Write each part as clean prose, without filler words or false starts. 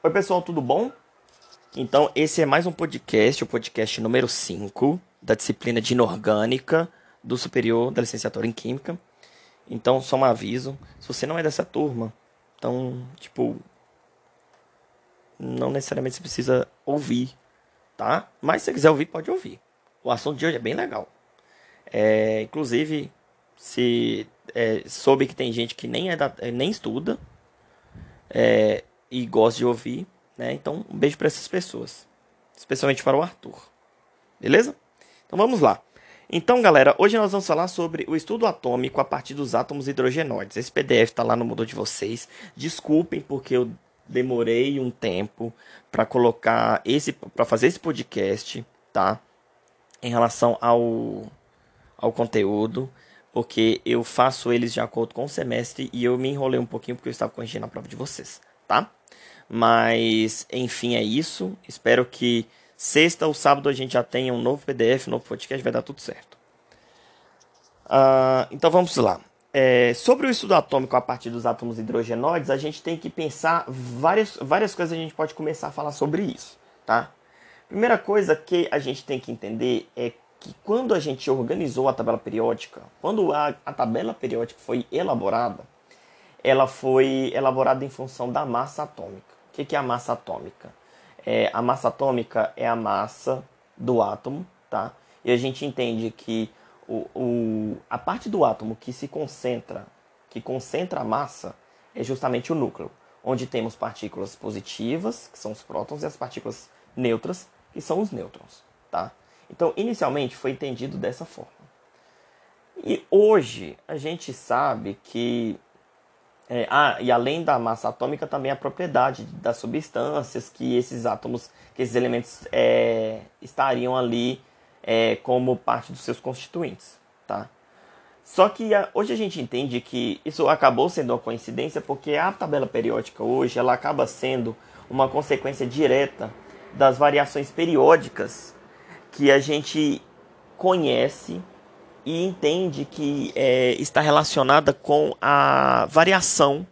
Oi, pessoal, tudo bom? Então, esse é mais um podcast, o podcast número 5 da disciplina de Inorgânica do Superior da Licenciatura em Química. Então, só um aviso, se você não é dessa turma, então, não necessariamente você precisa ouvir, tá? Mas se você quiser ouvir, pode ouvir. O assunto de hoje é bem legal. Inclusive, se soube que tem gente que nem estuda e gosta de ouvir, né? Então, um beijo para essas pessoas, especialmente para o Arthur. Beleza? Então vamos lá. Então, galera, hoje nós vamos falar sobre o estudo atômico a partir dos átomos hidrogenoides. Esse PDF está lá no Moodle de vocês. Desculpem porque eu demorei um tempo para fazer esse podcast, tá? Em relação ao conteúdo, porque eu faço eles de acordo com o semestre e eu me enrolei um pouquinho porque eu estava corrigindo a prova de vocês, tá? Mas, enfim, é isso. Espero que sexta ou sábado a gente já tenha um novo PDF, um novo podcast, vai dar tudo certo. Então vamos lá. Sobre o estudo atômico a partir dos átomos hidrogenoides, a gente tem que pensar várias coisas, a gente pode começar a falar sobre isso, tá? Primeira coisa que a gente tem que entender é que quando a gente organizou a tabela periódica, quando a tabela periódica foi elaborada, ela foi elaborada em função da massa atômica. O que é a massa atômica? A massa atômica é a massa do átomo, tá? E a gente entende que a parte do átomo que concentra a massa, é justamente o núcleo, onde temos partículas positivas, que são os prótons, e as partículas neutras, que são os nêutrons, tá? Então, inicialmente foi entendido dessa forma. E hoje a gente sabe que e além da massa atômica, também a propriedade das substâncias que esses átomos, que esses elementos estariam ali como parte dos seus constituintes, tá? Só que hoje a gente entende que isso acabou sendo uma coincidência porque a tabela periódica hoje ela acaba sendo uma consequência direta das variações periódicas que a gente conhece e entende que está relacionada com a variação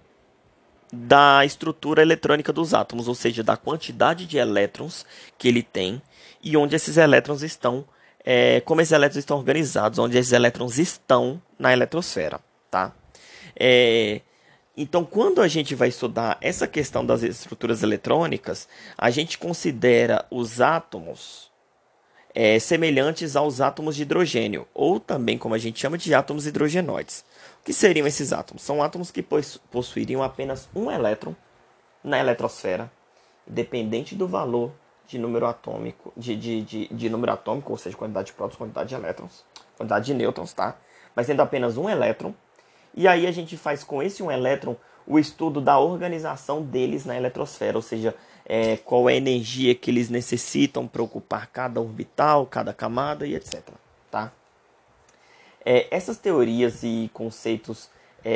da estrutura eletrônica dos átomos, ou seja, da quantidade de elétrons que ele tem e onde esses elétrons estão, como esses elétrons estão organizados, onde esses elétrons estão na eletrosfera, tá? É, então, quando a gente vai estudar essa questão das estruturas eletrônicas, a gente considera os átomos semelhantes aos átomos de hidrogênio, ou também como a gente chama de átomos hidrogenoides. O que seriam esses átomos? São átomos que possuiriam apenas um elétron na eletrosfera, independente do valor de número atômico, de número atômico, ou seja, quantidade de prótons, quantidade de elétrons, quantidade de nêutrons, tá? Mas tendo apenas um elétron. E aí a gente faz com esse um elétron o estudo da organização deles na eletrosfera, ou seja, qual é a energia que eles necessitam para ocupar cada orbital, cada camada e etc. Tá? Essas teorias e conceitos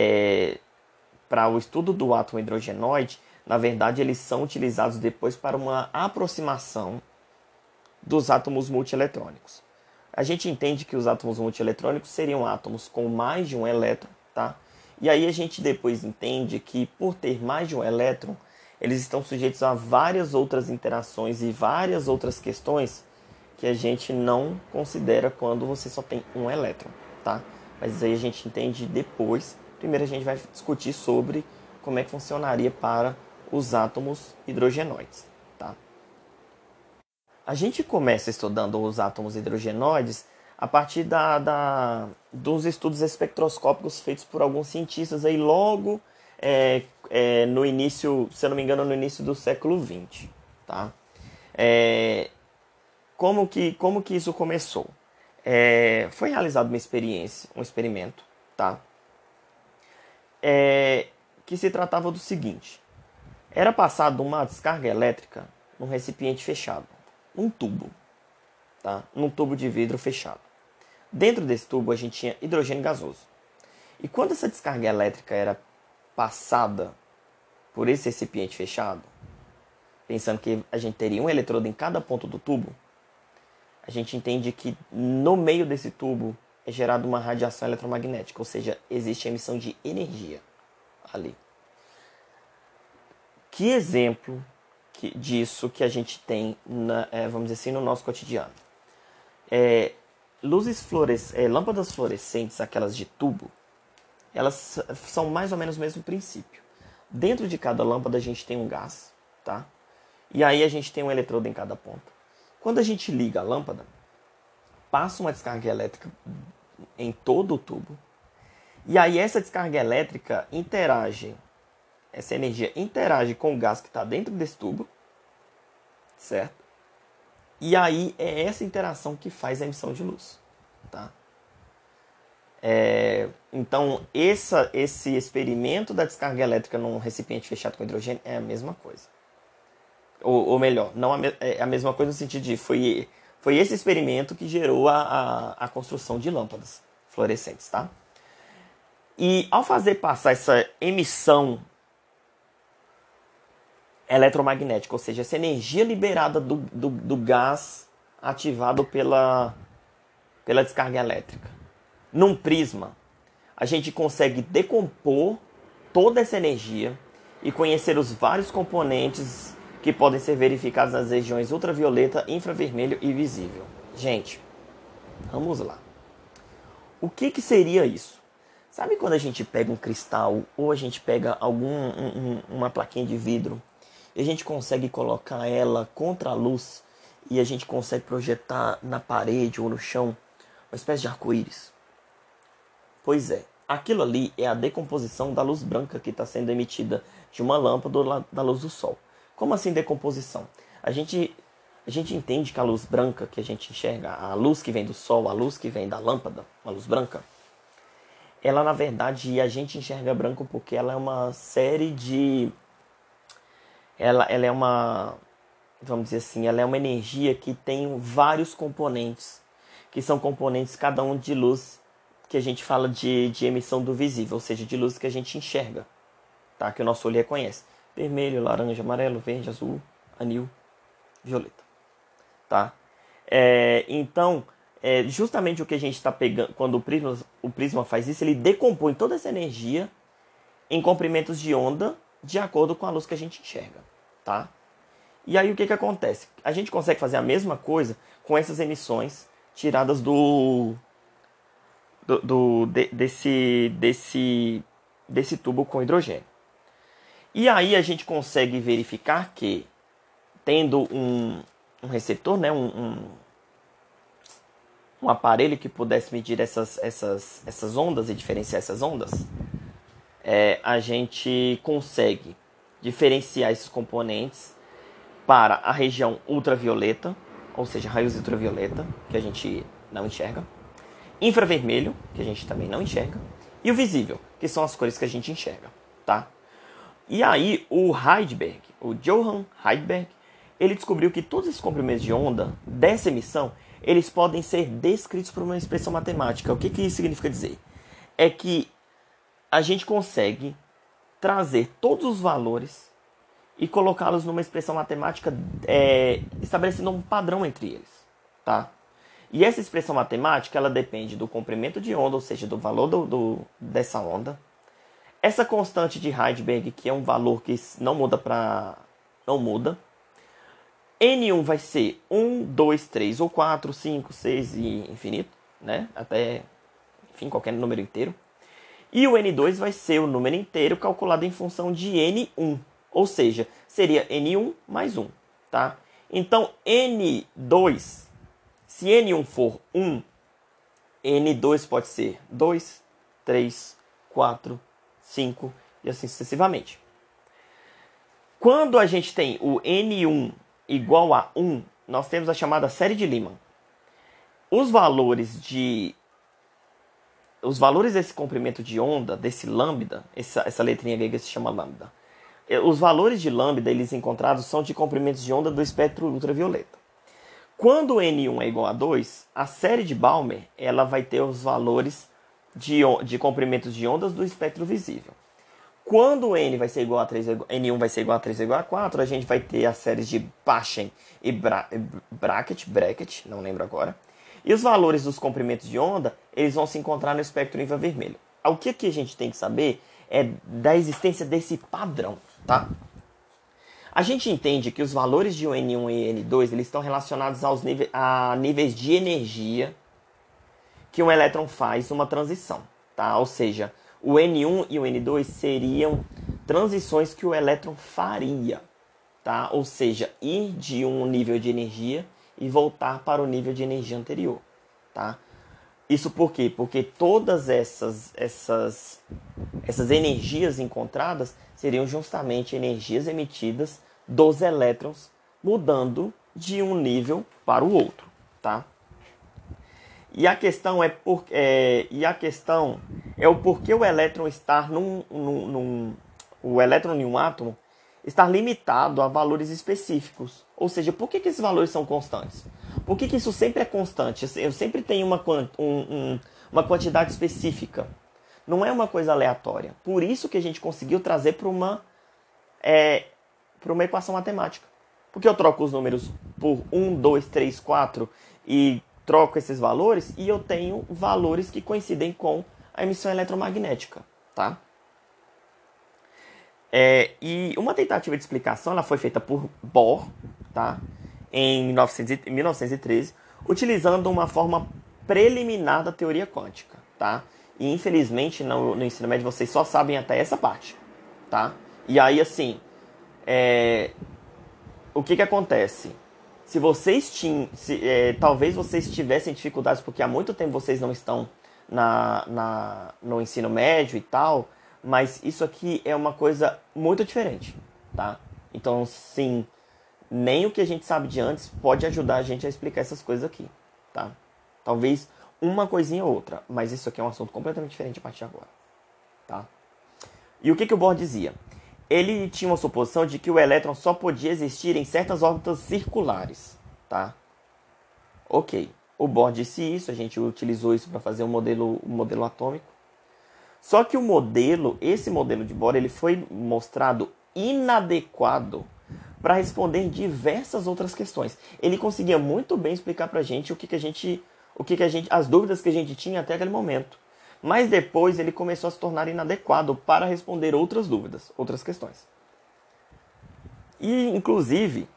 para o estudo do átomo hidrogenoide, na verdade, eles são utilizados depois para uma aproximação dos átomos multieletrônicos. A gente entende que os átomos multieletrônicos seriam átomos com mais de um elétron, tá? E aí a gente depois entende que por ter mais de um elétron, eles estão sujeitos a várias outras interações e várias outras questões que a gente não considera quando você só tem um elétron, tá? Mas aí a gente entende depois. Primeiro a gente vai discutir sobre como é que funcionaria para os átomos hidrogenoides, tá? A gente começa estudando os átomos hidrogenoides a partir dos estudos espectroscópicos feitos por alguns cientistas aí logo no início, se eu não me engano, no início do século XX. Tá? É, como que isso começou? Foi realizado uma experiência, um experimento, tá? Que se tratava do seguinte: era passado uma descarga elétrica num recipiente fechado, um tubo, tá? Num tubo de vidro fechado. Dentro desse tubo a gente tinha hidrogênio gasoso. E quando essa descarga elétrica era passada por esse recipiente fechado, pensando que a gente teria um eletrodo em cada ponto do tubo, a gente entende que no meio desse tubo é gerada uma radiação eletromagnética, ou seja, existe emissão de energia ali. Que exemplo disso que a gente tem, vamos dizer assim, no nosso cotidiano. Lâmpadas fluorescentes, aquelas de tubo, elas são mais ou menos o mesmo princípio. Dentro de cada lâmpada a gente tem um gás, tá? E aí a gente tem um eletrodo em cada ponta. Quando a gente liga a lâmpada, passa uma descarga elétrica em todo o tubo. E aí essa descarga elétrica essa energia interage com o gás que está dentro desse tubo, certo? E aí é essa interação que faz a emissão de luz, tá? Então esse experimento da descarga elétrica num recipiente fechado com hidrogênio é a mesma coisa. Ou melhor, não é a mesma coisa no sentido de foi esse experimento que gerou a construção de lâmpadas fluorescentes, tá? E ao fazer passar essa emissão eletromagnética, ou seja, essa energia liberada do gás ativado pela descarga elétrica, num prisma, a gente consegue decompor toda essa energia e conhecer os vários componentes que podem ser verificados nas regiões ultravioleta, infravermelho e visível. Gente, vamos lá. O que seria isso? Sabe quando a gente pega um cristal ou a gente pega uma plaquinha de vidro e a gente consegue colocar ela contra a luz e a gente consegue projetar na parede ou no chão uma espécie de arco-íris? Pois é, aquilo ali é a decomposição da luz branca que está sendo emitida de uma lâmpada ou da luz do sol. Como assim decomposição? A gente entende que a luz branca que a gente enxerga, a luz que vem do sol, a luz que vem da lâmpada, uma luz branca, ela na verdade a gente enxerga branco porque ela é uma série de... Ela é uma... Vamos dizer assim, ela é uma energia que tem vários componentes, que são componentes cada um de luz, que a gente fala de emissão do visível, ou seja, de luz que a gente enxerga, tá? Que o nosso olho reconhece. Vermelho, laranja, amarelo, verde, azul, anil, violeta, tá? Então, justamente o que a gente está pegando, quando o prisma faz isso, ele decompõe toda essa energia em comprimentos de onda de acordo com a luz que a gente enxerga, tá? E aí o que acontece? A gente consegue fazer a mesma coisa com essas emissões tiradas desse tubo com hidrogênio. E aí a gente consegue verificar que, tendo um receptor, né, um aparelho que pudesse medir essas ondas e diferenciar essas ondas, a gente consegue diferenciar esses componentes para a região ultravioleta, ou seja, raios ultravioleta, que a gente não enxerga, infravermelho, que a gente também não enxerga, e o visível, que são as cores que a gente enxerga, tá? E aí o Johann Heidelberg, ele descobriu que todos esses comprimentos de onda dessa emissão, eles podem ser descritos por uma expressão matemática. O que isso significa dizer? É que a gente consegue trazer todos os valores e colocá-los numa expressão matemática, estabelecendo um padrão entre eles, tá? E essa expressão matemática, ela depende do comprimento de onda, ou seja, do valor dessa onda. Essa constante de Heidelberg, que é um valor que não muda. N1 vai ser 1, 2, 3 ou 4, 5, 6 e infinito, né? Até, enfim, qualquer número inteiro. E o N2 vai ser o número inteiro calculado em função de N1. Ou seja, seria N1 mais 1, tá? Então, N2, se N1 for 1, N2 pode ser 2, 3, 4, 5 e assim sucessivamente. Quando a gente tem o N1 igual a 1, nós temos a chamada série de Lyman. Os valores desse comprimento de onda, desse lambda, essa letrinha grega se chama lambda. Os valores de lambda, eles encontrados, são de comprimentos de onda do espectro ultravioleta. Quando o N1 é igual a 2, a série de Balmer, ela vai ter os valores de comprimentos de ondas do espectro visível. Quando o N vai ser igual a 3, N1 vai ser igual a 3 ou igual a 4, a gente vai ter as séries de Paschen e Brackett, não lembro agora. E os valores dos comprimentos de onda, eles vão se encontrar no espectro infravermelho. O que a gente tem que saber é da existência desse padrão, tá? A gente entende que os valores de um N1 e N2 eles estão relacionados a níveis de energia que um elétron faz numa transição, tá? Ou seja, o N1 e o N2 seriam transições que o elétron faria, tá? Ou seja, ir de um nível de energia e voltar para o nível de energia anterior, tá? Isso por quê? Porque todas essas energias encontradas seriam justamente energias emitidas dos elétrons mudando de um nível para o outro, tá? E a questão é o porquê o elétron estar o elétron em um átomo estar limitado a valores específicos. Ou seja, por que esses valores são constantes? Por que isso sempre é constante? Eu sempre tenho uma quantidade específica. Não é uma coisa aleatória. Por isso que a gente conseguiu trazer para uma equação matemática. Porque eu troco os números por 1, 2, 3, 4 e troco esses valores e eu tenho valores que coincidem com a emissão eletromagnética, tá? E uma tentativa de explicação ela foi feita por Bohr, tá? Em 1913, utilizando uma forma preliminar da teoria quântica, tá? E infelizmente no ensino médio vocês só sabem até essa parte, tá? E aí assim, o que acontece? Se vocês talvez vocês tivessem dificuldades porque há muito tempo vocês não estão no ensino médio e tal, mas isso aqui é uma coisa muito diferente, tá? Então, sim, nem o que a gente sabe de antes pode ajudar a gente a explicar essas coisas aqui, tá? Talvez uma coisinha ou outra, mas isso aqui é um assunto completamente diferente a partir de agora, tá? E o que o Bohr dizia? Ele tinha uma suposição de que o elétron só podia existir em certas órbitas circulares, tá? Ok. O Bohr disse isso, a gente utilizou isso para fazer um modelo atômico. Só que esse modelo de Bohr, ele foi mostrado inadequado para responder diversas outras questões. Ele conseguia muito bem explicar para a gente as dúvidas que a gente tinha até aquele momento. Mas depois ele começou a se tornar inadequado para responder outras dúvidas, outras questões. E, inclusive,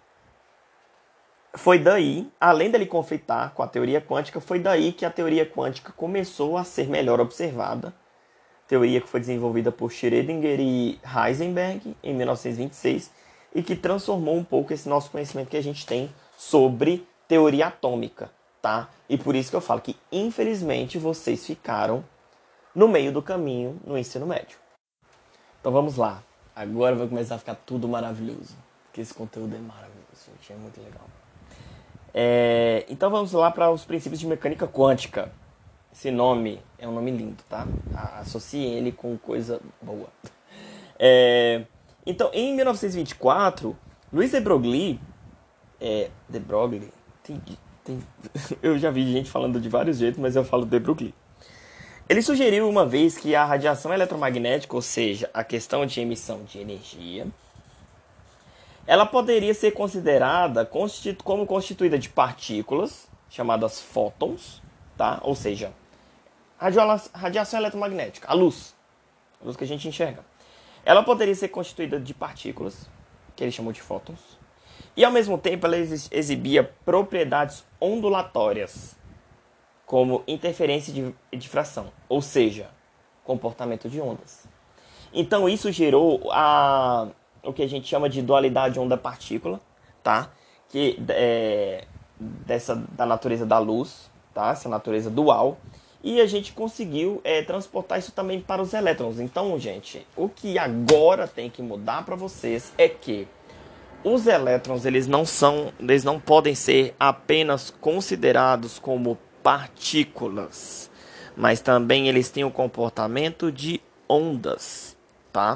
foi daí, além dele conflitar com a teoria quântica, foi daí que a teoria quântica começou a ser melhor observada. Teoria que foi desenvolvida por Schrödinger e Heisenberg em 1926 e que transformou um pouco esse nosso conhecimento que a gente tem sobre teoria atômica, tá? E por isso que eu falo que, infelizmente, vocês ficaram no meio do caminho no ensino médio. Então vamos lá. Agora vai começar a ficar tudo maravilhoso. Porque esse conteúdo é maravilhoso, gente. É muito legal. Então vamos lá para os princípios de mecânica quântica. Esse nome é um nome lindo, tá? Associe ele com coisa boa. Então, em 1924, Louis de Broglie... de Broglie? Eu já vi gente falando de vários jeitos, mas eu falo de Broglie. Ele sugeriu uma vez que a radiação eletromagnética, ou seja, a questão de emissão de energia, ela poderia ser considerada como constituída de partículas, chamadas fótons, tá? Ou seja, radiação eletromagnética, a luz que a gente enxerga. Ela poderia ser constituída de partículas, que ele chamou de fótons, e ao mesmo tempo ela exibia propriedades ondulatórias, como interferência e difração, ou seja, comportamento de ondas. Então isso gerou o que a gente chama de dualidade onda-partícula, tá? Que da natureza da luz, tá? Essa natureza dual. E a gente conseguiu transportar isso também para os elétrons. Então, gente, o que agora tem que mudar para vocês é que os elétrons eles não podem ser apenas considerados como partículas, mas também eles têm o comportamento de ondas, tá?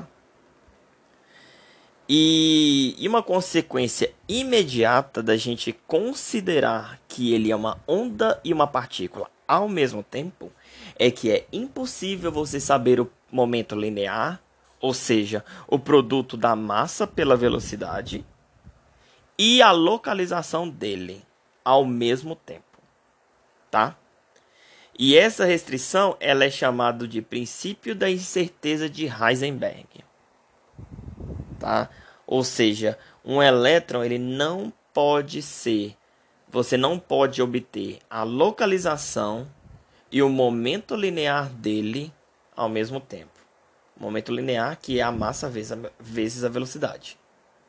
E uma consequência imediata da gente considerar que ele é uma onda e uma partícula ao mesmo tempo é que é impossível você saber o momento linear, ou seja, o produto da massa pela velocidade, e a localização dele ao mesmo tempo, tá? E essa restrição ela é chamada de princípio da incerteza de Heisenberg, tá? Ou seja, um elétron ele não pode ser, você não pode obter a localização e o momento linear dele ao mesmo tempo. O momento linear que é a massa vezes a velocidade.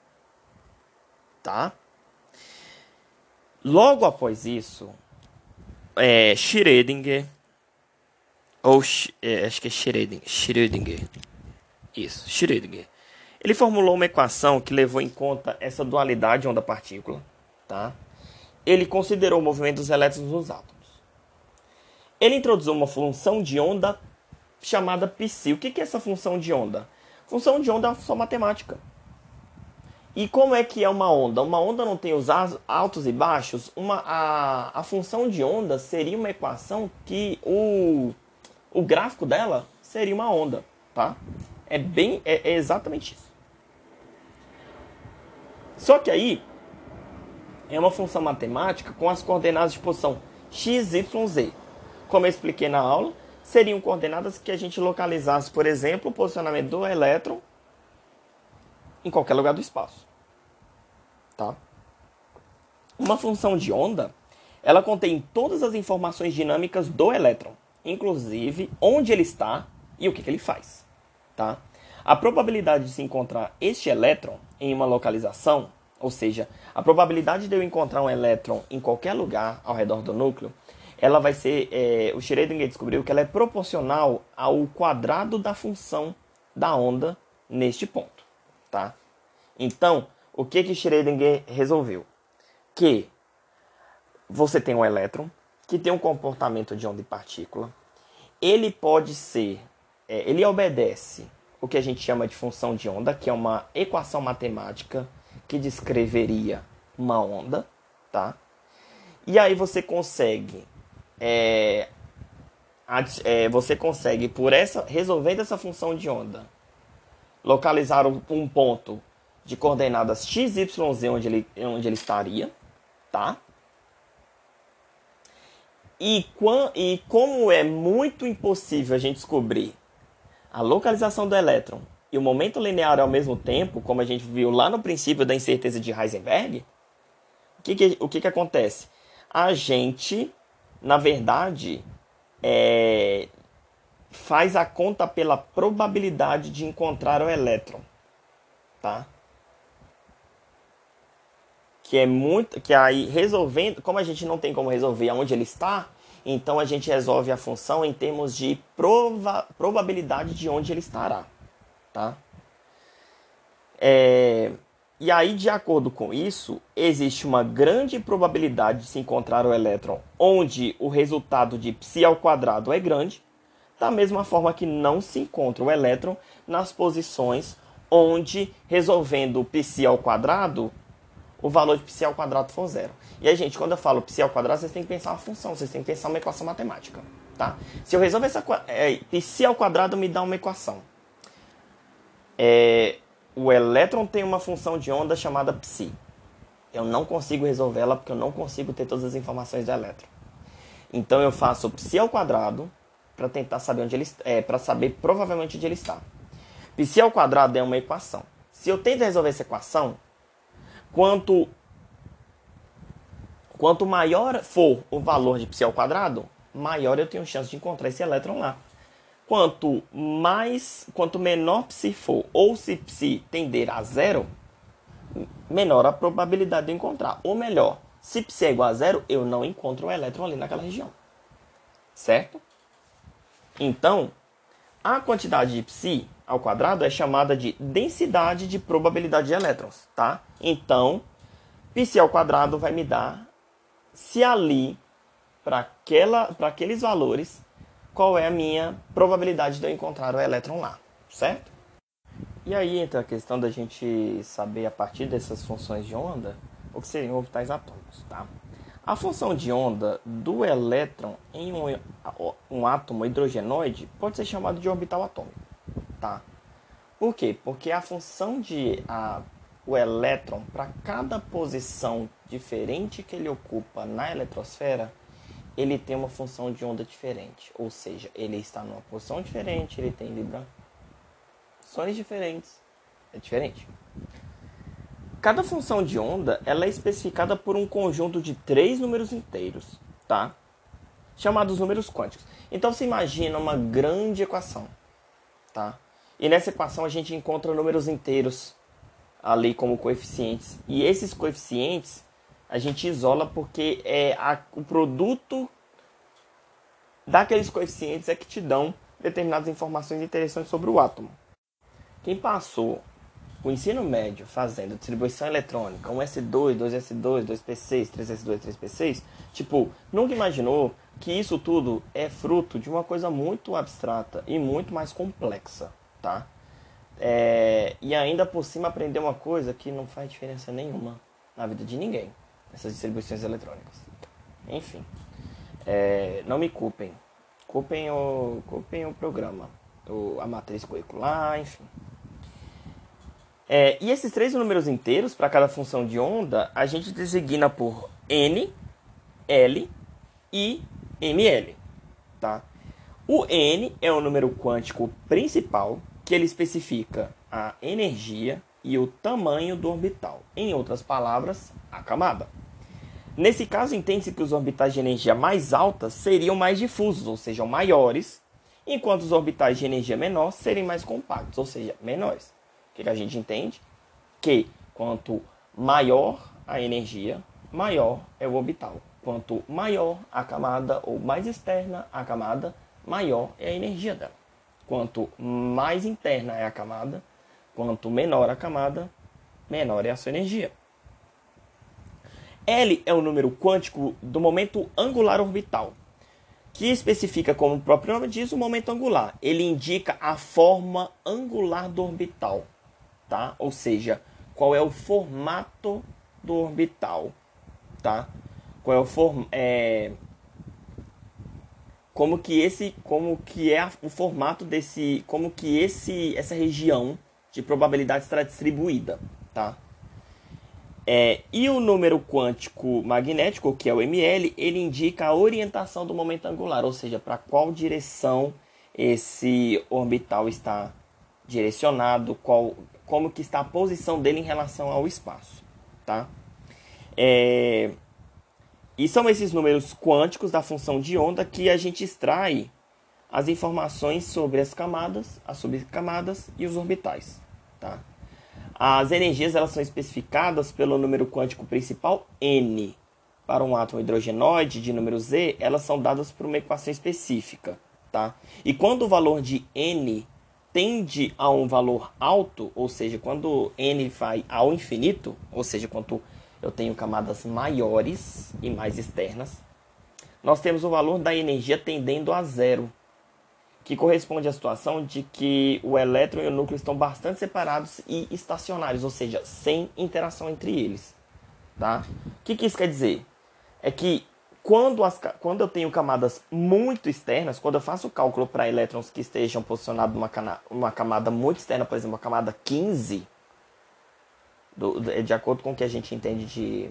Tá? Logo após isso, Schrödinger, acho que é Schrödinger. Isso, Schrödinger. Ele formulou uma equação que levou em conta essa dualidade onda-partícula, tá? Ele considerou o movimento dos elétrons nos átomos. Ele introduziu uma função de onda chamada psi. O que é essa função de onda? Função de onda é uma função matemática. E como é que é uma onda? Uma onda não tem os altos e baixos. A função de onda seria uma equação que o gráfico dela seria uma onda, tá? É exatamente isso. Só que aí é uma função matemática com as coordenadas de posição x, y, z. Como eu expliquei na aula, seriam coordenadas que a gente localizasse, por exemplo, o posicionamento do elétron em qualquer lugar do espaço. Tá? Uma função de onda, ela contém todas as informações dinâmicas do elétron, inclusive onde ele está e o que ele faz. Tá? A probabilidade de se encontrar este elétron em uma localização, ou seja, a probabilidade de eu encontrar um elétron em qualquer lugar ao redor do núcleo, ela vai ser, o Schrödinger descobriu que ela é proporcional ao quadrado da função da onda neste ponto. Tá? Então, o que Schrödinger resolveu? Que você tem um elétron que tem um comportamento de onda e partícula. Ele pode ser, ele obedece o que a gente chama de função de onda, que é uma equação matemática que descreveria uma onda, tá? E aí você consegue, resolvendo essa função de onda, localizar um ponto de coordenadas x, y, z onde ele estaria, tá? E como é muito impossível a gente descobrir a localização do elétron e o momento linear ao mesmo tempo, como a gente viu lá no princípio da incerteza de Heisenberg, o que acontece? A gente, na verdade, faz a conta pela probabilidade de encontrar o elétron, tá? Que aí resolvendo, como a gente não tem como resolver aonde ele está, então a gente resolve a função em termos de probabilidade de onde ele estará, tá? E aí, de acordo com isso, existe uma grande probabilidade de se encontrar o elétron onde o resultado de π ao quadrado é grande, da mesma forma que não se encontra o elétron nas posições onde, resolvendo π ao quadrado, o valor de π ao quadrado for zero. E aí, gente, quando eu falo π ao quadrado, vocês têm que pensar uma função, vocês têm que pensar uma equação matemática, tá? Se eu resolver π ao quadrado me dá uma equação. O elétron tem uma função de onda chamada π. Eu não consigo resolvê-la porque eu não consigo ter todas as informações do elétron. Então eu faço π ao quadrado para tentar saber onde ele para saber provavelmente onde ele está. Π ao quadrado é uma equação. Se eu tento resolver essa equação, quanto maior for o valor de π ao quadrado, maior eu tenho chance de encontrar esse elétron lá. Quanto menor π for, ou se π tender a zero, menor a probabilidade de encontrar. Ou melhor, se π é igual a zero, eu não encontro o elétron ali naquela região. Certo? Então, a quantidade de π ao quadrado é chamada de densidade de probabilidade de elétrons, tá? Então, π ao quadrado vai me dar, se ali, para aqueles valores, qual é a minha probabilidade de eu encontrar o elétron lá, certo? E aí entra a questão da gente saber, a partir dessas funções de onda, o que seriam orbitais atômicos, tá? A função de onda do elétron em um átomo hidrogenoide pode ser chamada de orbital atômico, tá? Por quê? Porque a função o elétron, para cada posição diferente que ele ocupa na eletrosfera, ele tem uma função de onda diferente. Ou seja, ele está numa posição diferente, ele tem vibrações diferentes. É diferente. cada função de onda ela é especificada por um conjunto de 3 números inteiros, tá? Chamados números quânticos. Então você imagina uma grande equação, tá? E nessa equação a gente encontra números inteiros ali como coeficientes. E esses coeficientes a gente isola porque o produto daqueles coeficientes é que te dão determinadas informações interessantes sobre o átomo. Quem passou o ensino médio fazendo distribuição eletrônica, 1s2, 2s2, 2p6, 3s2, 3p6, nunca imaginou que isso tudo é fruto de uma coisa muito abstrata e muito mais complexa, tá? E ainda por cima aprender uma coisa que não faz diferença nenhuma na vida de ninguém, essas distribuições eletrônicas. Enfim, não me culpem. Culpem o programa, a matriz curricular, enfim. E esses 3 números inteiros, para cada função de onda, a gente designa por N, L e ML. Tá? O N é o número quântico principal, que ele especifica a energia e o tamanho do orbital. Em outras palavras, a camada. Nesse caso, entende-se que os orbitais de energia mais alta seriam mais difusos, ou seja, maiores, enquanto os orbitais de energia menor seriam mais compactos, ou seja, menores. O que a gente entende? Que quanto maior a energia, maior é o orbital. Quanto maior a camada ou mais externa a camada, maior é a energia dela. Quanto mais interna é a camada, quanto menor a camada, menor é a sua energia. L é o número quântico do momento angular orbital, que especifica, como o próprio nome diz, o momento angular. Ele indica a forma angular do orbital, tá? Ou seja, qual é o formato do orbital, tá? Qual é o como que é o formato desse, como que essa região de probabilidade está distribuída, tá? E o número quântico magnético, que é o ML, ele indica a orientação do momento angular, ou seja, para qual direção esse orbital está direcionado, como que está a posição dele em relação ao espaço, tá? E são esses números quânticos da função de onda que a gente extrai as informações sobre as camadas, as subcamadas e os orbitais, tá? As energias elas são especificadas pelo número quântico principal N. Para um átomo hidrogenoide de número Z, elas são dadas por uma equação específica, tá? E quando o valor de N tende a um valor alto, ou seja, quando N vai ao infinito, ou seja, quando eu tenho camadas maiores e mais externas, nós temos o valor da energia tendendo a zero, que corresponde à situação de que o elétron e o núcleo estão bastante separados e estacionários, ou seja, sem interação entre eles. Tá? O que isso quer dizer? É que quando eu tenho camadas muito externas, quando eu faço o cálculo para elétrons que estejam posicionados numa camada muito externa, por exemplo, a camada 15, de acordo com o que a gente entende de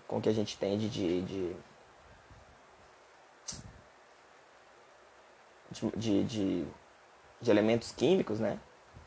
elementos químicos, né?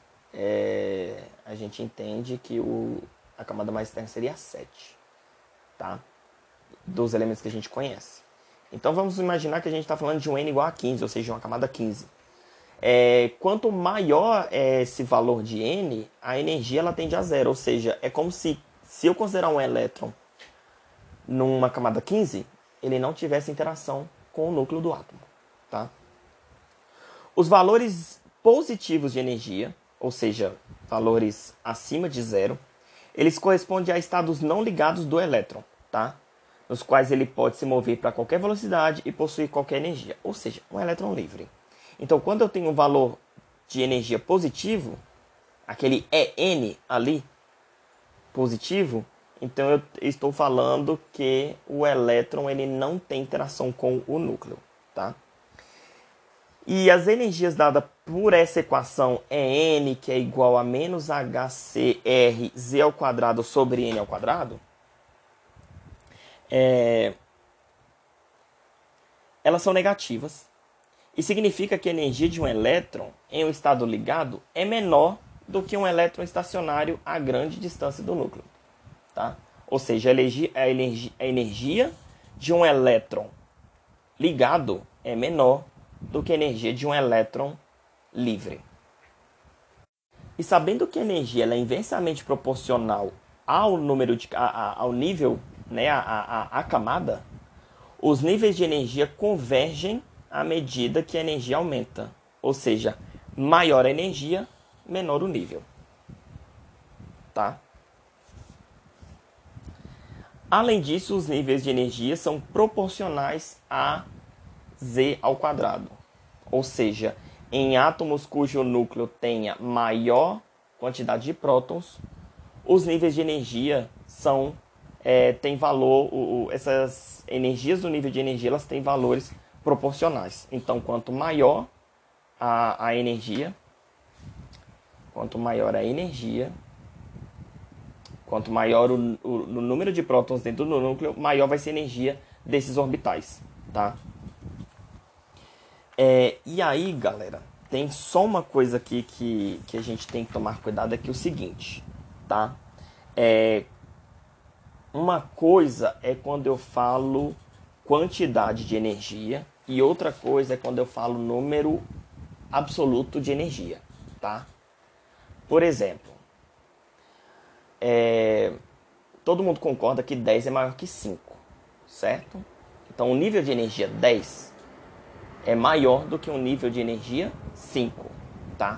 A gente entende que a camada mais externa seria 7, tá? Dos elementos que a gente conhece. Então vamos imaginar que a gente está falando de um N igual a 15, ou seja, uma camada 15. Quanto maior é esse valor de N, a energia ela tende a zero, ou seja, é como se eu considerar um elétron numa camada 15, ele não tivesse interação com o núcleo do átomo, tá? Os valores positivos de energia, ou seja, valores acima de zero, eles correspondem a estados não ligados do elétron, tá? Nos quais ele pode se mover para qualquer velocidade e possuir qualquer energia, ou seja, um elétron livre. Então, quando eu tenho um valor de energia positivo, aquele EN ali, positivo, então eu estou falando que o elétron ele não tem interação com o núcleo, tá? E as energias dadas por essa equação é N, que é igual a menos HCr Z ao quadrado sobre N ao quadrado, elas são negativas. E significa que a energia de um elétron em um estado ligado é menor do que um elétron estacionário a grande distância do núcleo. tá? Ou seja, a energia de um elétron ligado é menor do que a energia de um elétron livre. E sabendo que a energia ela é inversamente proporcional ao número ao nível, né, a camada, os níveis de energia convergem à medida que a energia aumenta. Ou seja, maior a energia, menor o nível. Tá? Além disso, os níveis de energia são proporcionais a Z ao quadrado. Ou seja, em átomos cujo núcleo tenha maior quantidade de prótons, os níveis de energia têm valor, essas energias do nível de energia elas têm valores proporcionais. Então, quanto maior a energia, quanto maior a energia, quanto maior o número de prótons dentro do núcleo, maior vai ser a energia desses orbitais, tá? E aí, galera, tem só uma coisa aqui que a gente tem que tomar cuidado, é que é o seguinte, tá? Uma coisa é quando eu falo quantidade de energia e outra coisa é quando eu falo número absoluto de energia, tá? Por exemplo, todo mundo concorda que 10 é maior que 5, certo? Então o nível de energia 10 é maior do que o nível de energia 5, tá?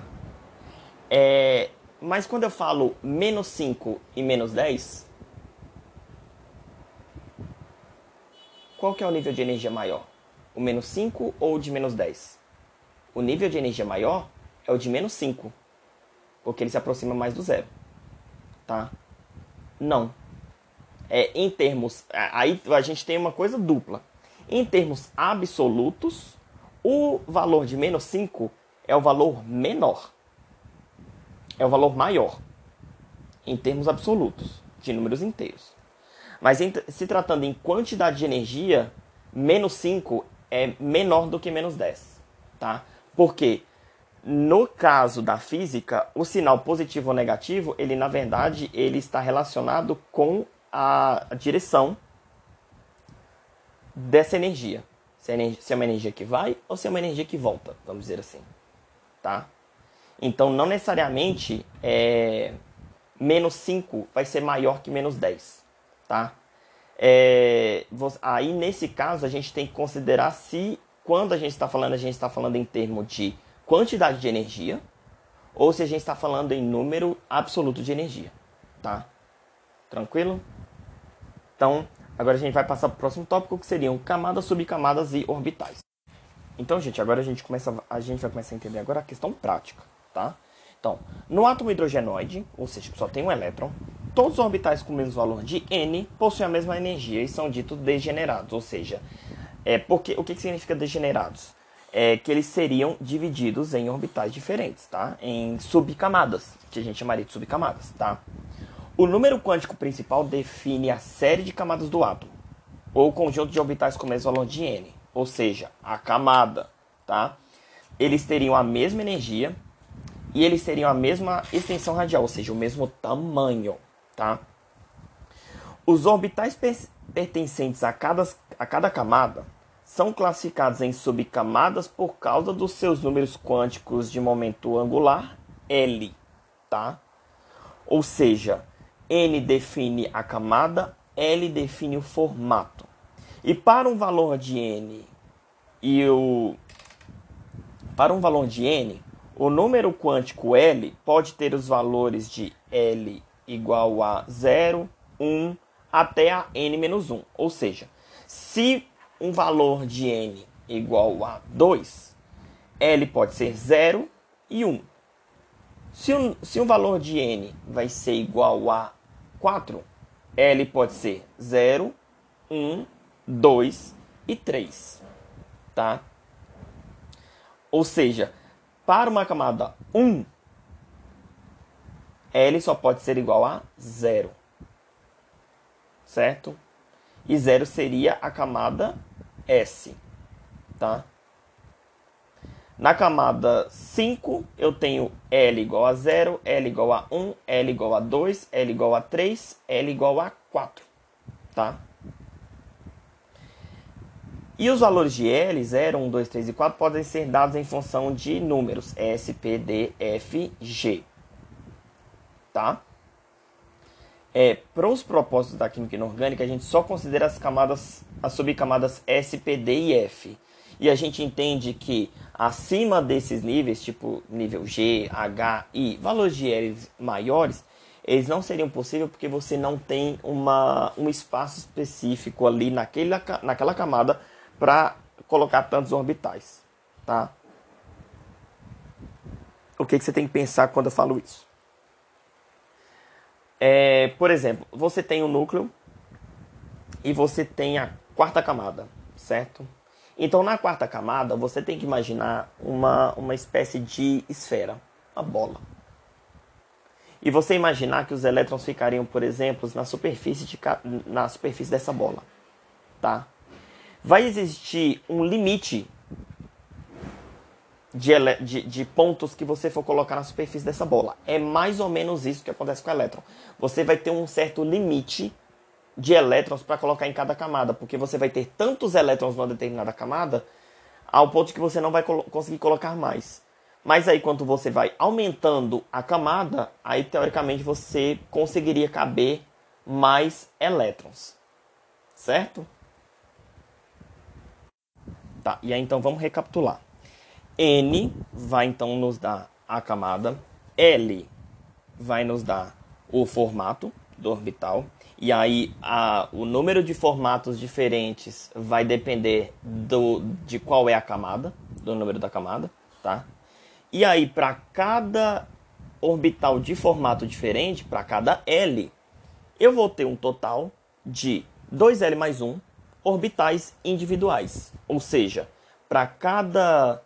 Mas quando eu falo menos 5 e menos 10, qual que é o nível de energia maior? O menos 5 ou o de menos 10? O nível de energia maior é o de menos 5, porque ele se aproxima mais do zero, tá? Não. Em termos... Aí a gente tem uma coisa dupla. Em termos absolutos, o valor de menos 5 é o valor menor. É o valor maior. Em termos absolutos, de números inteiros. Mas se tratando em quantidade de energia, menos 5 é menor do que menos 10. Tá? Porque no caso da física, o sinal positivo ou negativo, ele na verdade ele está relacionado com a direção dessa energia. Se é uma energia que vai ou se é uma energia que volta, vamos dizer assim. Tá? Então não necessariamente menos 5 vai ser maior que menos 10. Tá? Aí nesse caso a gente tem que considerar se quando a gente está falando em termos de quantidade de energia ou se a gente está falando em número absoluto de energia, tá? Tranquilo? Então, agora a gente vai passar para o próximo tópico, que seriam camadas, subcamadas e orbitais. Então, gente, agora a gente vai começar a entender agora a questão prática, tá? Então, no átomo hidrogenoide, ou seja, que só tem um elétron, todos os orbitais com o mesmo valor de N possuem a mesma energia e são ditos degenerados, ou seja, o que significa degenerados? Que eles seriam divididos em orbitais diferentes, tá? Em subcamadas, que a gente chamaria de subcamadas, tá? O número quântico principal define a série de camadas do átomo, ou o conjunto de orbitais com o mesmo valor de N, ou seja, a camada, tá? Eles teriam a mesma energia e eles teriam a mesma extensão radial, ou seja, o mesmo tamanho, tá? Os orbitais pertencentes a cada camada são classificados em subcamadas por causa dos seus números quânticos de momento angular L, tá? Ou seja, N define a camada, L define o formato. E para um valor de N o número quântico L pode ter os valores de L igual a 0, 1 até a N-1. Ou seja, se um valor de N igual a 2, L pode ser 0 e 1. Se um valor de N vai ser igual a 4, L pode ser 0, 1, 2 e 3. Tá? Ou seja, para uma camada 1, L só pode ser igual a 0. Certo? E 0 seria a camada S. Tá? Na camada 5, eu tenho L igual a 0, L igual a 1, L igual a 2, L igual a 3, L igual a 4. Tá? E os valores de L, 0, 1, 2, 3 e 4, podem ser dados em função de números S, P, D, F, G. Tá? Para os propósitos da química inorgânica, a gente só considera as subcamadas S, P, D e F. E a gente entende que acima desses níveis, tipo nível G, H, I, valores de L maiores, eles não seriam possíveis porque você não tem um espaço específico ali naquela camada para colocar tantos orbitais. Tá? O que você tem que pensar quando eu falo isso? Por exemplo, você tem o núcleo e você tem a quarta camada, certo? Então, na quarta camada, você tem que imaginar uma espécie de esfera, uma bola. E você imaginar que os elétrons ficariam, por exemplo, na superfície dessa bola. Tá? Vai existir um limite de pontos que você for colocar na superfície dessa bola. É mais ou menos isso que acontece com o elétron. Você vai ter um certo limite de elétrons para colocar em cada camada, porque você vai ter tantos elétrons numa determinada camada, ao ponto que você não vai conseguir colocar mais. Mas aí, quando você vai aumentando a camada, aí, teoricamente, você conseguiria caber mais elétrons. Certo? Tá, e aí, então, vamos recapitular. N vai, então, nos dar a camada. L vai nos dar o formato do orbital. E aí, o número de formatos diferentes vai depender de qual é a camada, do número da camada, tá? E aí, para cada orbital de formato diferente, para cada L, eu vou ter um total de 2L mais 1 orbitais individuais. Ou seja, para cada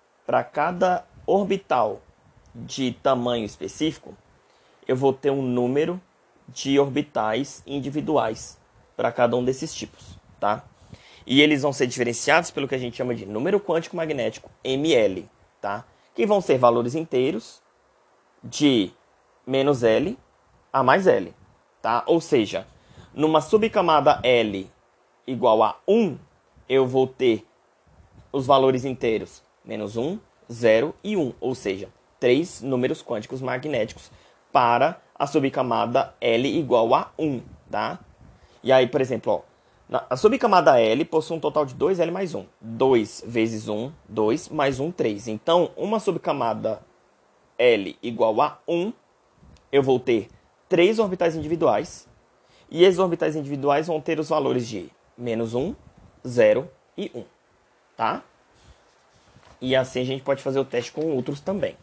orbital de tamanho específico, eu vou ter um número de orbitais individuais para cada um desses tipos, tá? E eles vão ser diferenciados pelo que a gente chama de número quântico magnético, ml, tá? Que vão ser valores inteiros de menos L a mais L, tá? Ou seja, numa subcamada L igual a 1, eu vou ter os valores inteiros menos 1, 0 e 1, ou seja, 3 números quânticos magnéticos para a subcamada L igual a 1, tá? E aí, por exemplo, a subcamada L possui um total de 2L mais 1. 2 vezes 1, 2, mais 1, 3. Então, uma subcamada L igual a 1, eu vou ter 3 orbitais individuais. E esses orbitais individuais vão ter os valores de menos 1, 0 e 1, tá? E assim a gente pode fazer o teste com outros também.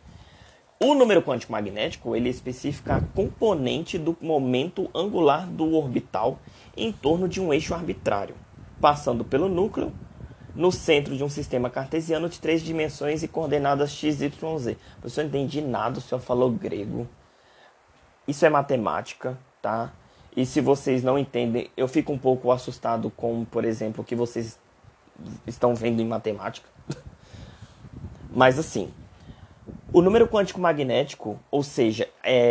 O número quântico magnético, ele especifica a componente do momento angular do orbital em torno de um eixo arbitrário, passando pelo núcleo, no centro de um sistema cartesiano de 3 dimensões e coordenadas x, y, z. Eu não entendi nada, o senhor falou grego. Isso é matemática, tá? E se vocês não entendem, eu fico um pouco assustado com, por exemplo, o que vocês estão vendo em matemática. Mas assim, o número quântico magnético, ou seja,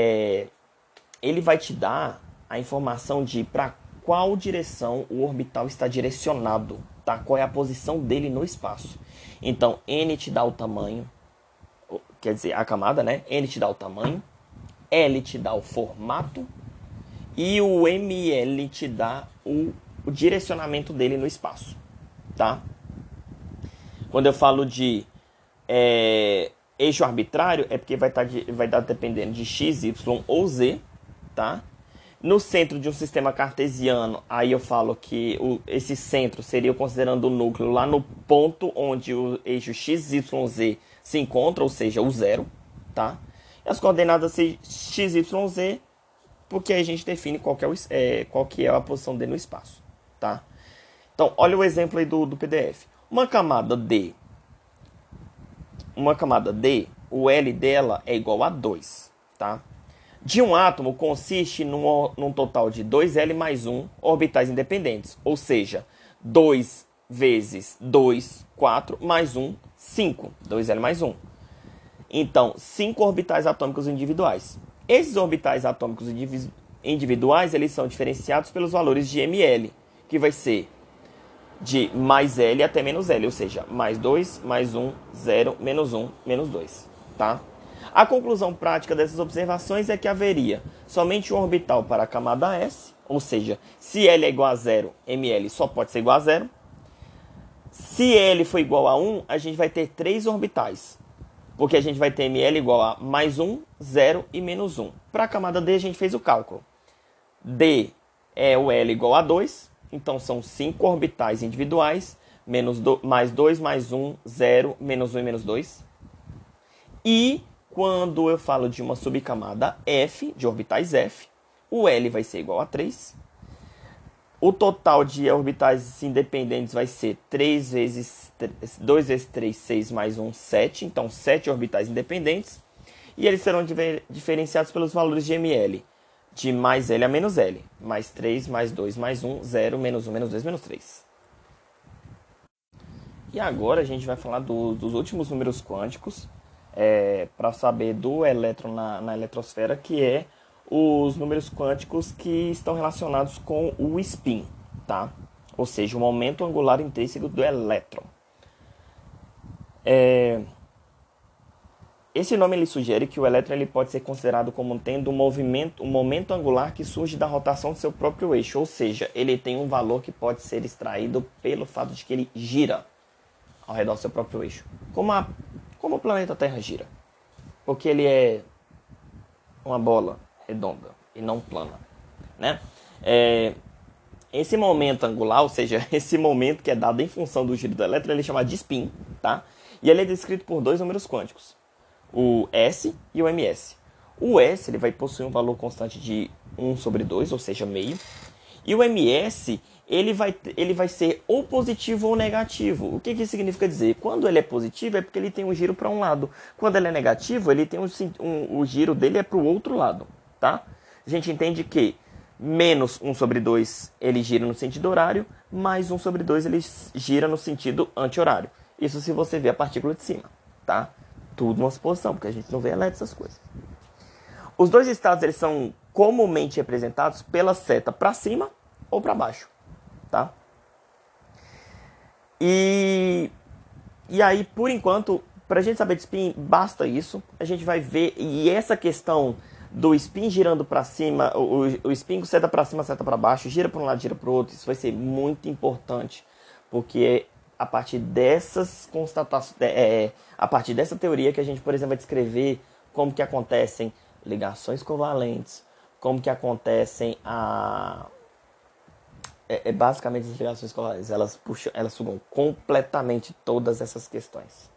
ele vai te dar a informação de para qual direção o orbital está direcionado, tá? Qual é a posição dele no espaço. Então, N te dá o tamanho, quer dizer, a camada, né? N te dá o tamanho, L te dá o formato e o ML te dá o direcionamento dele no espaço, tá? Quando eu falo de eixo arbitrário, é porque vai dar dependendo de x, y ou z, tá? No centro de um sistema cartesiano, aí eu falo que esse centro seria considerando o núcleo lá no ponto onde o eixo x, y, z se encontra, ou seja, o zero, tá? E as coordenadas x, y, z, porque aí a gente define qual que é a posição dele no espaço, tá? Então, olha o exemplo aí do PDF. Uma camada D, o L dela é igual a 2, tá? De um átomo consiste num total de 2L mais 1 orbitais independentes, ou seja, 2 vezes 2, 4, mais 1, 5, 2L mais 1. Então, 5 orbitais atômicos individuais. Esses orbitais atômicos individuais, eles são diferenciados pelos valores de ml, que vai ser de mais L até menos L, ou seja, mais 2, mais 1, 0, menos 1, menos 2, tá? A conclusão prática dessas observações é que haveria somente um orbital para a camada S, ou seja, se L é igual a 0, ml só pode ser igual a 0. Se L for igual a 1, a gente vai ter 3 orbitais, porque a gente vai ter ml igual a mais 1, 0 e menos 1. Para a camada D, a gente fez o cálculo. D é o L igual a 2, então são 5 orbitais individuais, mais 2, mais 1, 0, menos 1 e menos 2. E quando eu falo de uma subcamada F, de orbitais F, o L vai ser igual a 3. O total de orbitais independentes vai ser 2 vezes 3, 6 mais 1, 7. Então, 7 orbitais independentes. E eles serão diferenciados pelos valores de ml. De mais L a menos L. Mais 3, mais 2, mais 1, 0, menos 1, menos 2, menos 3. E agora a gente vai falar dos últimos números quânticos. Para saber do elétron na eletrosfera, que é os números quânticos que estão relacionados com o spin, tá? Ou seja, o momento angular intrínseco do elétron. Esse nome ele sugere que o elétron ele pode ser considerado como tendo um momento angular que surge da rotação do seu próprio eixo, ou seja, ele tem um valor que pode ser extraído pelo fato de que ele gira ao redor do seu próprio eixo, como o planeta Terra gira, porque ele é uma bola redonda e não plana, né? Esse momento angular, ou seja, esse momento que é dado em função do giro do elétron, ele é chamado de spin, tá? E ele é descrito por 2 números quânticos, o S e o ms. O S ele vai possuir um valor constante de 1 sobre 2, ou seja, meio. E o ms ele vai ser ou positivo ou negativo. O que isso significa dizer? Quando ele é positivo é porque ele tem um giro para um lado. Quando ele é negativo, ele tem o giro dele é para o outro lado, tá? A gente entende que menos 1 sobre 2 ele gira no sentido horário, mais 1 sobre 2 ele gira no sentido anti-horário. Isso se você vê a partícula de cima, tá? Tudo uma suposição, porque a gente não vê elétron, essas coisas. Os dois estados eles são comumente representados pela seta para cima ou para baixo, tá? E aí, por enquanto, para a gente saber de spin, basta isso. A gente vai ver, e essa questão do spin girando para cima, o spin com seta para cima, seta para baixo, gira para um lado, gira para o outro, isso vai ser muito importante, porque a partir dessas constatações, a partir dessa teoria que a gente, por exemplo, vai descrever como que acontecem ligações covalentes, como que acontecem basicamente as ligações covalentes, elas sugam completamente todas essas questões.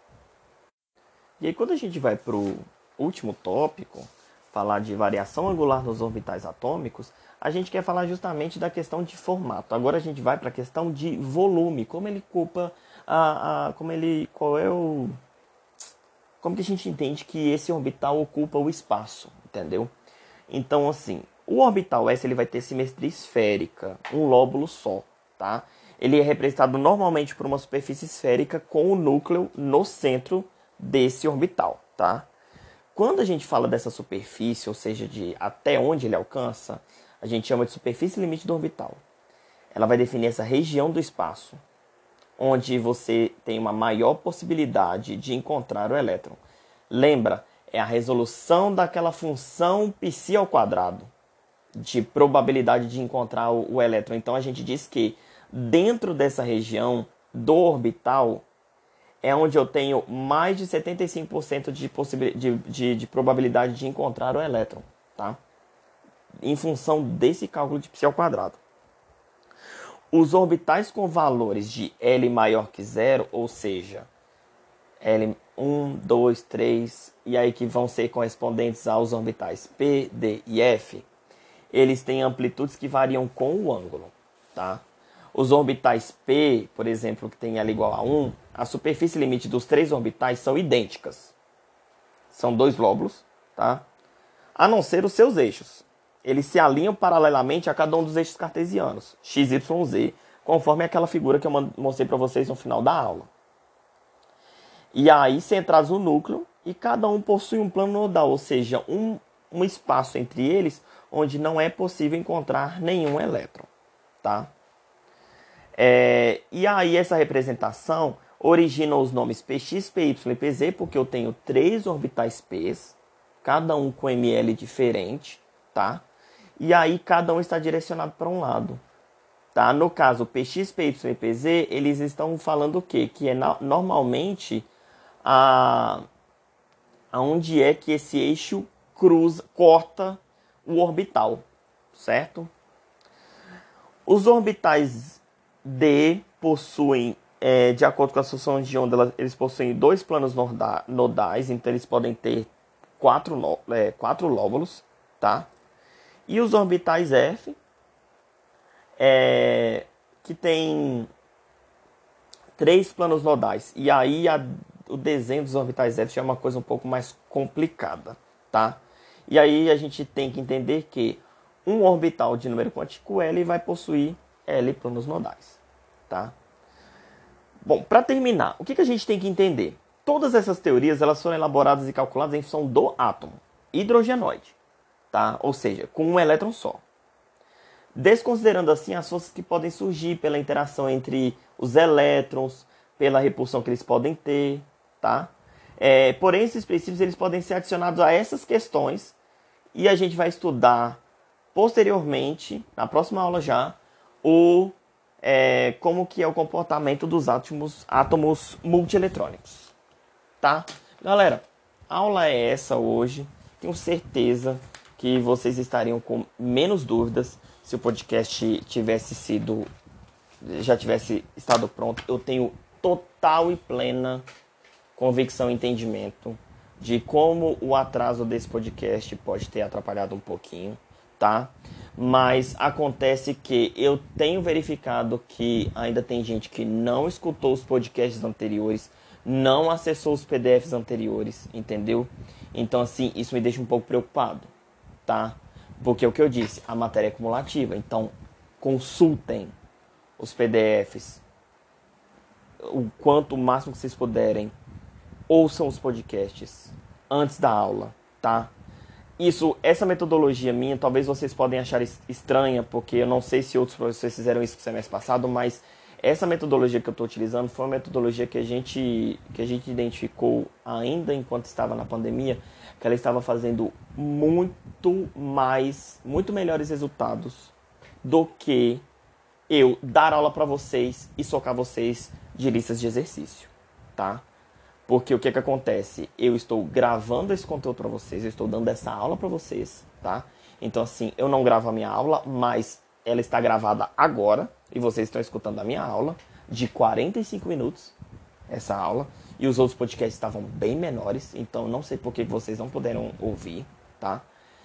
E aí quando a gente vai para o último tópico, falar de variação angular nos orbitais atômicos, a gente quer falar justamente da questão de formato. Agora a gente vai para a questão de volume, como ele ocupa como que a gente entende que esse orbital ocupa o espaço, entendeu? Então, assim, o orbital S ele vai ter simetria esférica, um lóbulo só, tá? Ele é representado normalmente por uma superfície esférica com o núcleo no centro desse orbital, tá? Quando a gente fala dessa superfície, ou seja, de até onde ele alcança, a gente chama de superfície limite do orbital. Ela vai definir essa região do espaço, onde você tem uma maior possibilidade de encontrar o elétron. Lembra, é a resolução daquela função π ao quadrado, de probabilidade de encontrar o elétron. Então a gente diz que dentro dessa região do orbital é onde eu tenho mais de 75% de probabilidade de encontrar o elétron, tá? Em função desse cálculo de π ao quadrado. Os orbitais com valores de L maior que zero, ou seja, L1, 2, 3, e aí que vão ser correspondentes aos orbitais P, D e F, eles têm amplitudes que variam com o ângulo, tá? Os orbitais P, por exemplo, que tem L igual a 1, a superfície limite dos 3 orbitais são idênticas. São 2 lóbulos, tá? A não ser os seus eixos. Eles se alinham paralelamente a cada um dos eixos cartesianos, x, y, z, conforme aquela figura que eu mostrei para vocês no final da aula. e aí centrados no núcleo, e cada um possui um plano nodal, ou seja, um espaço entre eles onde não é possível encontrar nenhum elétron, tá? E aí essa representação origina os nomes Px, Py e Pz, porque eu tenho 3 orbitais P's, cada um com ml diferente, tá? E aí cada um está direcionado para um lado, tá? No caso, Px, Py e Pz, eles estão falando o quê? Que é normalmente aonde é que esse eixo corta o orbital, certo? Os orbitais D possuem, de acordo com a função de onda, eles possuem 2 planos nodais, então eles podem ter 4 lóbulos, tá? E os orbitais F, que tem 3 planos nodais. E aí o desenho dos orbitais F já é uma coisa um pouco mais complicada, tá? E aí a gente tem que entender que um orbital de número quântico L vai possuir L planos nodais, tá? Bom, para terminar, o que a gente tem que entender? Todas essas teorias elas foram elaboradas e calculadas em função do átomo hidrogenoide, tá? Ou seja, com um elétron só. Desconsiderando assim as forças que podem surgir pela interação entre os elétrons, pela repulsão que eles podem ter, tá? Porém, esses princípios eles podem ser adicionados a essas questões e a gente vai estudar posteriormente, na próxima aula já, como que é o comportamento dos átomos multieletrônicos, tá? Galera, a aula é essa hoje. Tenho certeza que vocês estariam com menos dúvidas se o podcast já tivesse estado pronto. Eu tenho total e plena convicção e entendimento de como o atraso desse podcast pode ter atrapalhado um pouquinho, tá? Mas acontece que eu tenho verificado que ainda tem gente que não escutou os podcasts anteriores, não acessou os PDFs anteriores, entendeu? Então, assim, isso me deixa um pouco preocupado, tá? Porque é o que eu disse, a matéria é cumulativa. Então, consultem os PDFs o quanto o máximo que vocês puderem. Ouçam os podcasts antes da aula, tá? Essa metodologia minha, talvez vocês podem achar estranha, porque eu não sei se outros professores fizeram isso no semestre passado, mas essa metodologia que eu estou utilizando foi uma metodologia que a gente identificou ainda enquanto estava na pandemia, que ela estava fazendo muito melhores resultados do que eu dar aula para vocês e socar vocês de listas de exercício, tá? Porque o que acontece? Eu estou gravando esse conteúdo para vocês, eu estou dando essa aula para vocês, tá? Então, assim, eu não gravo a minha aula, mas ela está gravada agora e vocês estão escutando a minha aula de 45 minutos, essa aula. E os outros podcasts estavam bem menores, então não sei por que vocês não puderam ouvir, tá?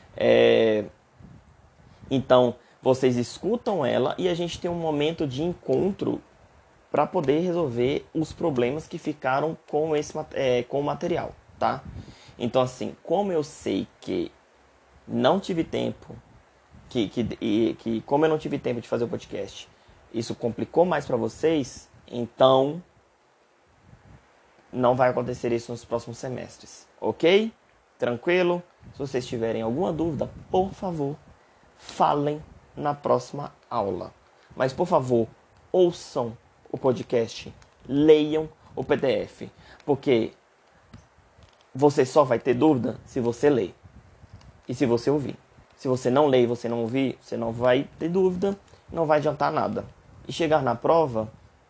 Então, vocês escutam ela e a gente tem um momento de encontro para poder resolver os problemas que ficaram com com o material, tá? Então, assim, como eu sei que não tive tempo, como eu não tive tempo de fazer o podcast, isso complicou mais para vocês, então não vai acontecer isso nos próximos semestres, ok? Tranquilo? Se vocês tiverem alguma dúvida, por favor, falem na próxima aula. Mas, por favor, ouçam o podcast, leiam o PDF, porque você só vai ter dúvida se você ler e se você ouvir. Se você não ler e você não ouvir, você não vai ter dúvida, não vai adiantar nada. E chegar na prova,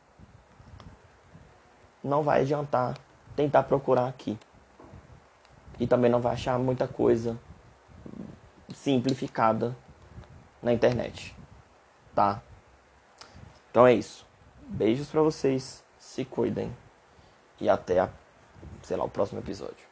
não vai adiantar tentar procurar aqui. E também não vai achar muita coisa simplificada na internet, tá? Então é isso. Beijos pra vocês, se cuidem e até, o próximo episódio.